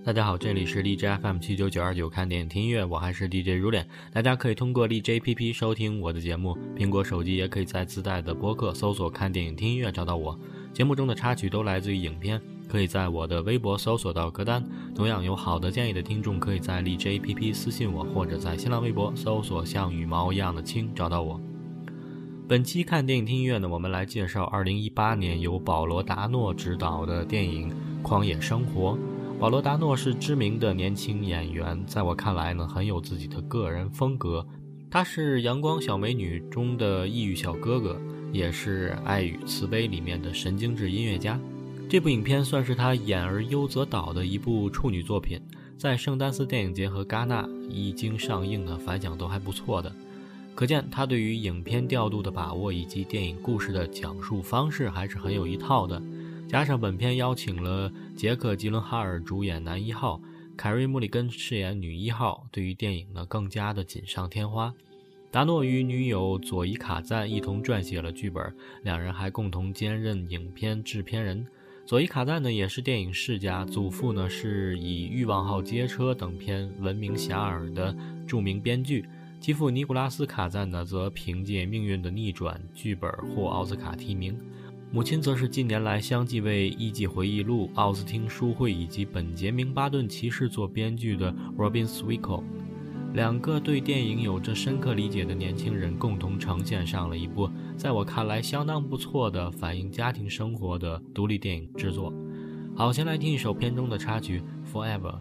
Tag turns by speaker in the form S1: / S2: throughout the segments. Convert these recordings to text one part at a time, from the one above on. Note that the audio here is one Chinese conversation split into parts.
S1: 大家好，这里是荔枝 FM79929看电影听音乐，我还是 DJ 如脸。大家可以通过荔枝 APP 收听我的节目，苹果手机也可以在自带的播客搜索看电影听音乐找到我。节目中的插曲都来自于影片，可以在我的微博搜索到歌单。同样有好的建议的听众可以在荔枝 APP 私信我，或者在新浪微博搜索像羽毛一样的青找到我。本期看电影听音乐呢，我们来介绍2018年由保罗·达诺执导的电影《狂野生活》。保罗·达诺是知名的年轻演员，在我看来呢，很有自己的个人风格。他是《阳光小美女》中的异域小哥哥，也是《爱与慈悲》里面的神经质音乐家。这部影片算是他演而优则导的一部处女作品，在圣丹斯电影节和戛纳一经上映呢，反响都还不错的。可见他对于影片调度的把握以及电影故事的讲述方式还是很有一套的。加上本片邀请了杰克·吉伦哈尔主演男一号，凯瑞·穆里根饰演女一号，对于电影呢更加的锦上添花。达诺与女友佐伊·卡赞一同撰写了剧本，两人还共同兼任影片制片人。佐伊·卡赞呢也是电影世家，祖父呢是以《欲望号街车》等片闻名遐迩的著名编剧，其父尼古拉斯·卡赞呢则凭借《命运的逆转》剧本获奥斯卡提名。母亲则是近年来相继为《艺伎回忆录》、《奥斯汀书会》以及《本杰明·巴顿骑士》做编剧的 Robin Swico。两个对电影有着深刻理解的年轻人共同呈现上了一部在我看来相当不错的反映家庭生活的独立电影制作。好，先来听一首片中的插曲 Forever。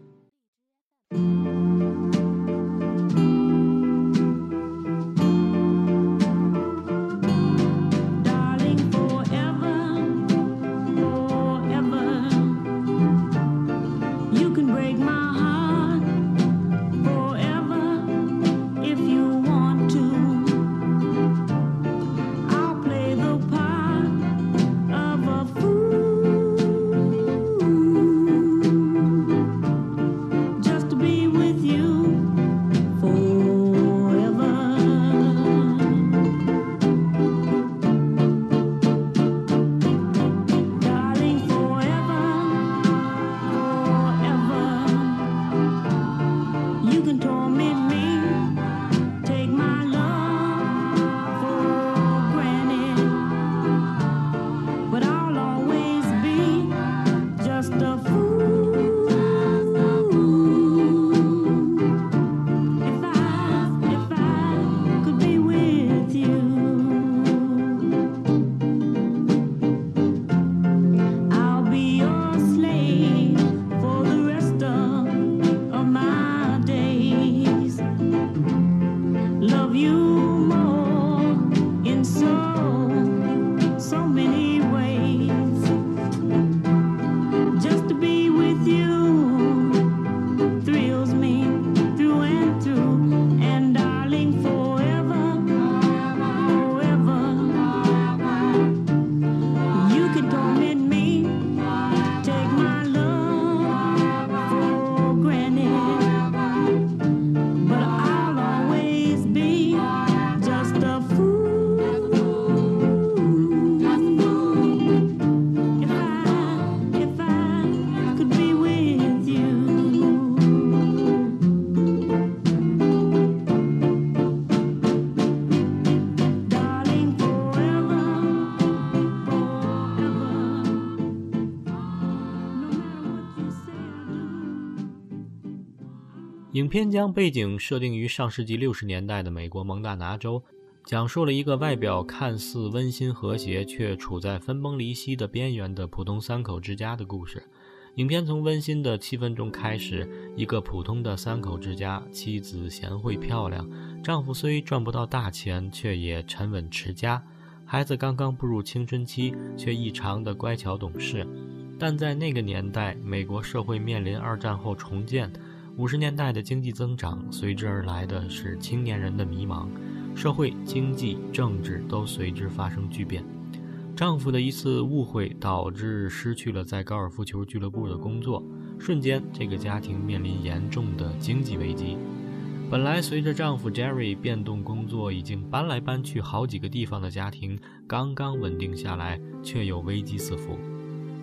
S1: 影片将背景设定于上世纪60年代的美国蒙大拿州，讲述了一个外表看似温馨和谐却处在分崩离析的边缘的普通三口之家的故事。影片从温馨的气氛中开始，一个普通的三口之家，妻子贤惠漂亮，丈夫虽赚不到大钱，却也沉稳持家，孩子刚刚步入青春期，却异常的乖巧懂事。但在那个年代，美国社会面临二战后重建，50年代的经济增长，随之而来的是青年人的迷茫，社会、经济、政治都随之发生巨变。丈夫的一次误会导致失去了在高尔夫球俱乐部的工作，瞬间这个家庭面临严重的经济危机。本来随着丈夫 Jerry 变动工作，已经搬来搬去好几个地方的家庭刚刚稳定下来，却又危机四伏。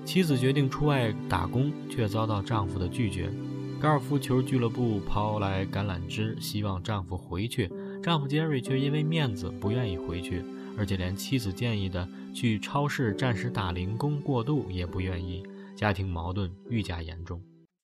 S1: 妻子决定出外打工，却遭到丈夫的拒绝。高尔夫球俱乐部抛来橄榄枝，希望丈夫回去，丈夫杰瑞却因为面子不愿意回去，而且连妻子建议的去超市暂时打零工过渡也不愿意，家庭矛盾愈加严重。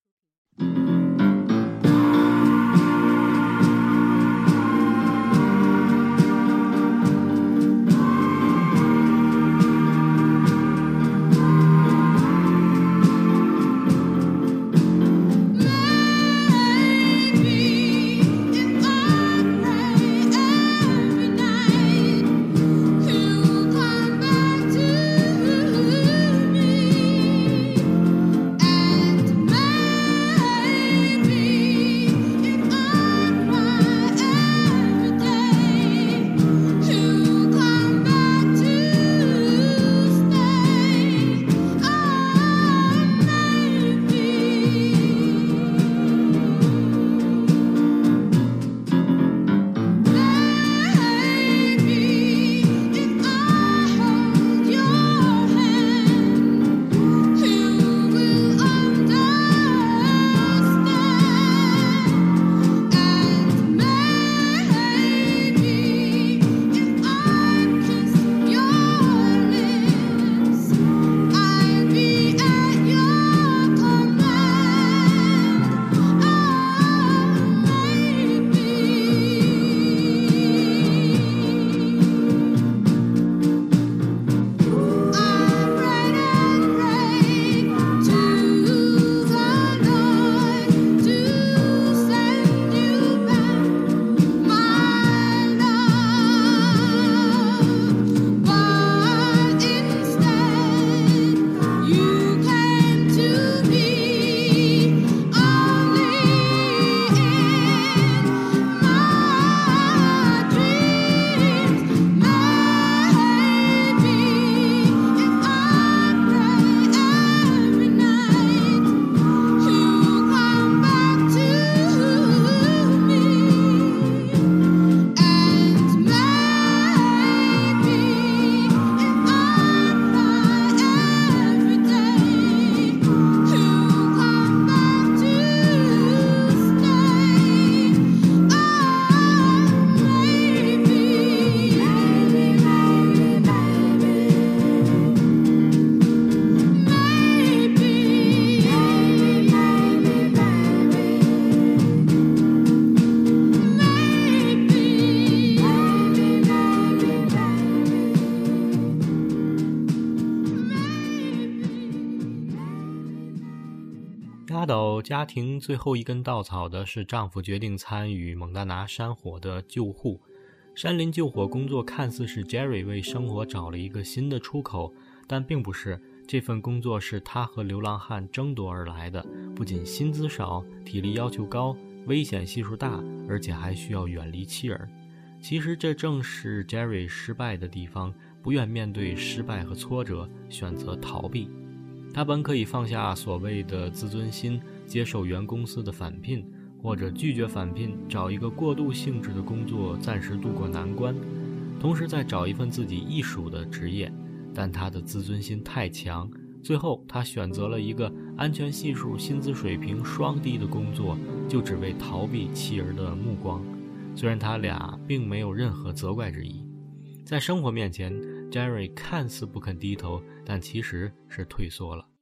S1: 压倒家庭最后一根稻草的是丈夫决定参与蒙大拿山火的救护。山林救火工作看似是 Jerry 为生活找了一个新的出口，但并不是。这份工作是他和流浪汉争夺而来的，不仅薪资少，体力要求高，危险系数大，而且还需要远离妻儿。其实这正是 Jerry 失败的地方，不愿面对失败和挫折，选择逃避。他本可以放下所谓的自尊心，接受原公司的返聘，或者拒绝返聘，找一个过渡性质的工作，暂时度过难关，同时再找一份自己艺术的职业。但他的自尊心太强，最后他选择了一个安全系数、薪资水平双低的工作，就只为逃避妻儿的目光。虽然他俩并没有任何责怪之意，在生活面前 Jerry 看似不肯低头，但其实是退缩了。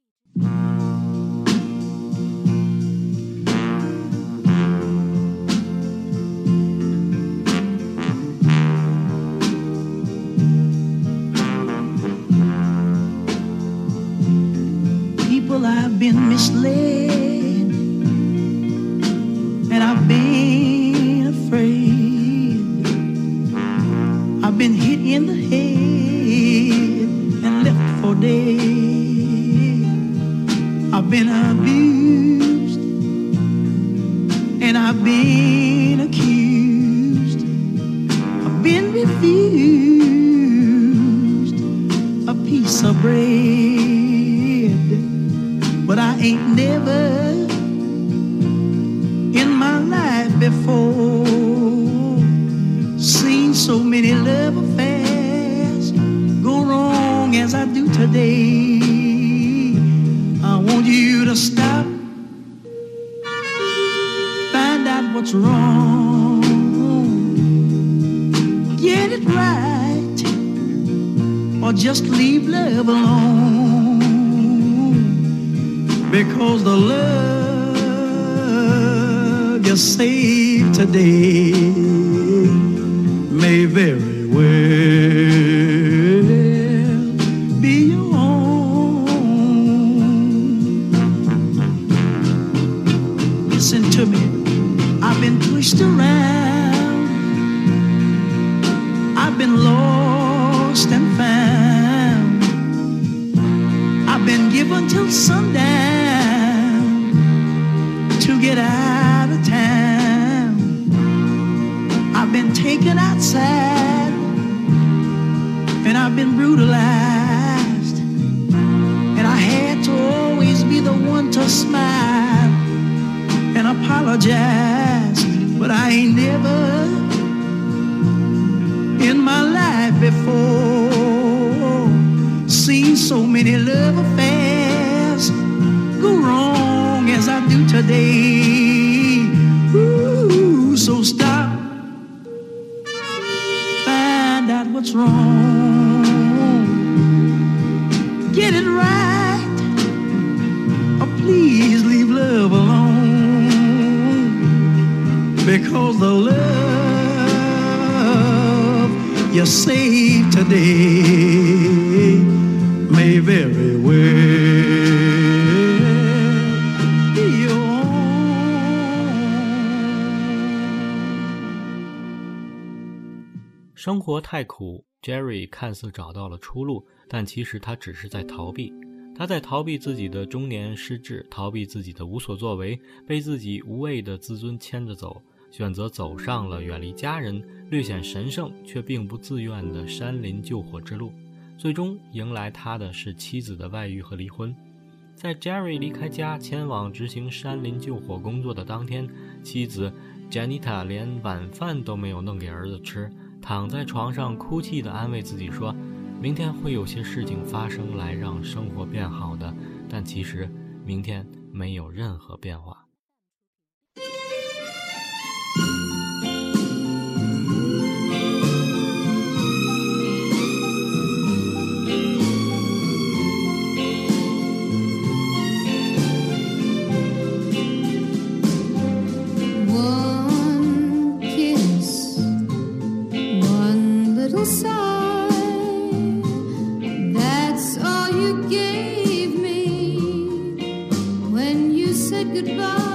S2: I've been misled and I've been afraid. I've been hit in the head and left for dead. I've been abused and I've been accused. I've been refused a piece of bread.But I ain't never in my life before seen so many love affairs go wrong as I do today. stop, find out what's wrong, get it right, or just leave love alone. Because the love you save today may very well be your own. Listen to me, I've been pushed around, I've been lost and found, I've been given till sundown to get out of town. I've been taken outside and I've been brutalized, and I had to always be the one to smile and apologize. But I ain't never in my life before seen so many love affairs go wrong as I do today. Ooh, so stop, find out what's wrong, get it right, or please leave love alone. Because the love you save today may very well be your own.
S1: 生活太苦 ，Jerry 看似找到了出路，但其实他只是在逃避。他在逃避自己的中年失志，逃避自己的无所作为，被自己无谓的自尊牵着走，选择走上了远离家人、略显神圣却并不自愿的山林救火之路。最终迎来他的是妻子的外遇和离婚。在 Jerry 离开家前往执行山林救火工作的当天，妻子 Janita 连晚饭都没有弄给儿子吃，躺在床上哭泣地安慰自己说，明天会有些事情发生来让生活变好的，但其实明天没有任何变化。
S3: Goodbye.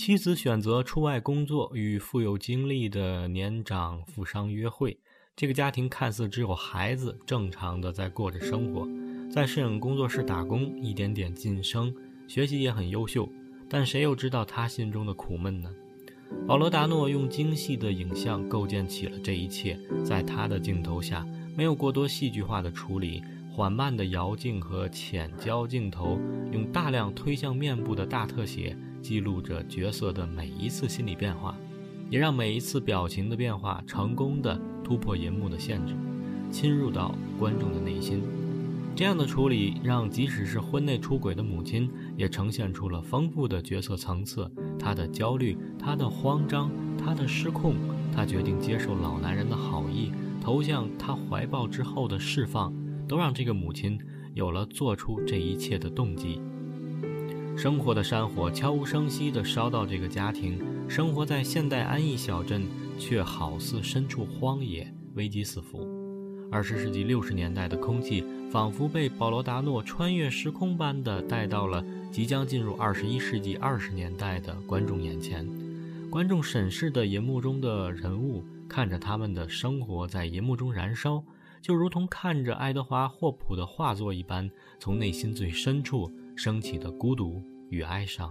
S1: 妻子选择出外工作，与富有经历的年长富商约会。这个家庭看似只有孩子，正常的在过着生活，在摄影工作室打工，一点点晋升，学习也很优秀。但谁又知道他心中的苦闷呢？保罗达诺用精细的影像构建起了这一切，在他的镜头下，没有过多戏剧化的处理，缓慢的摇镜和浅焦镜头，用大量推向面部的大特写，记录着角色的每一次心理变化，也让每一次表情的变化成功地突破银幕的限制，侵入到观众的内心。这样的处理让即使是婚内出轨的母亲也呈现出了丰富的角色层次，她的焦虑，她的慌张，她的失控，她决定接受老男人的好意，投向他怀抱之后的释放，都让这个母亲有了做出这一切的动机。生活的山火悄无声息地烧到这个家庭，生活在现代安逸小镇，却好似身处荒野，危机四伏。20世纪60年代的空气仿佛被保罗达诺穿越时空般地带到了即将进入21世纪20年代的观众眼前。观众审视的银幕中的人物，看着他们的生活在银幕中燃烧，就如同看着爱德华·霍普的画作一般，从内心最深处升起的孤独与哀伤。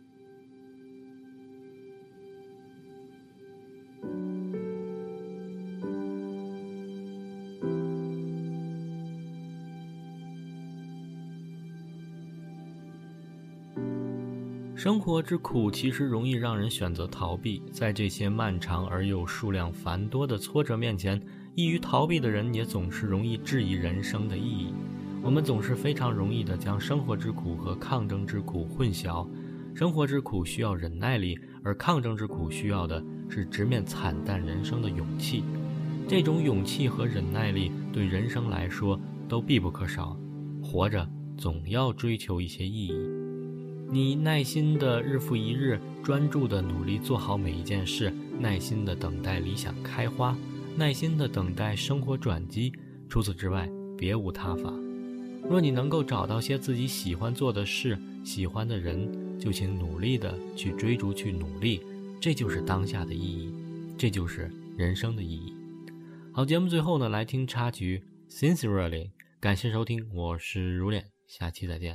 S1: 生活之苦其实容易让人选择逃避，在这些漫长而又数量繁多的挫折面前，易于逃避的人也总是容易质疑人生的意义。我们总是非常容易地将生活之苦和抗争之苦混淆，生活之苦需要忍耐力，而抗争之苦需要的是直面惨淡人生的勇气。这种勇气和忍耐力对人生来说都必不可少，活着总要追求一些意义。你耐心的日复一日，专注的努力做好每一件事，耐心的等待理想开花，耐心的等待生活转机，除此之外别无他法。若你能够找到些自己喜欢做的事，喜欢的人，就请努力的去追逐，去努力，这就是当下的意义，这就是人生的意义。好，节目最后呢，来听插曲 Sincerely。 感谢收听，我是如恋，下期再见。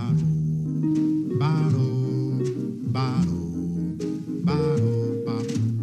S3: Bottle, bottle, bottle, bottle, bottle.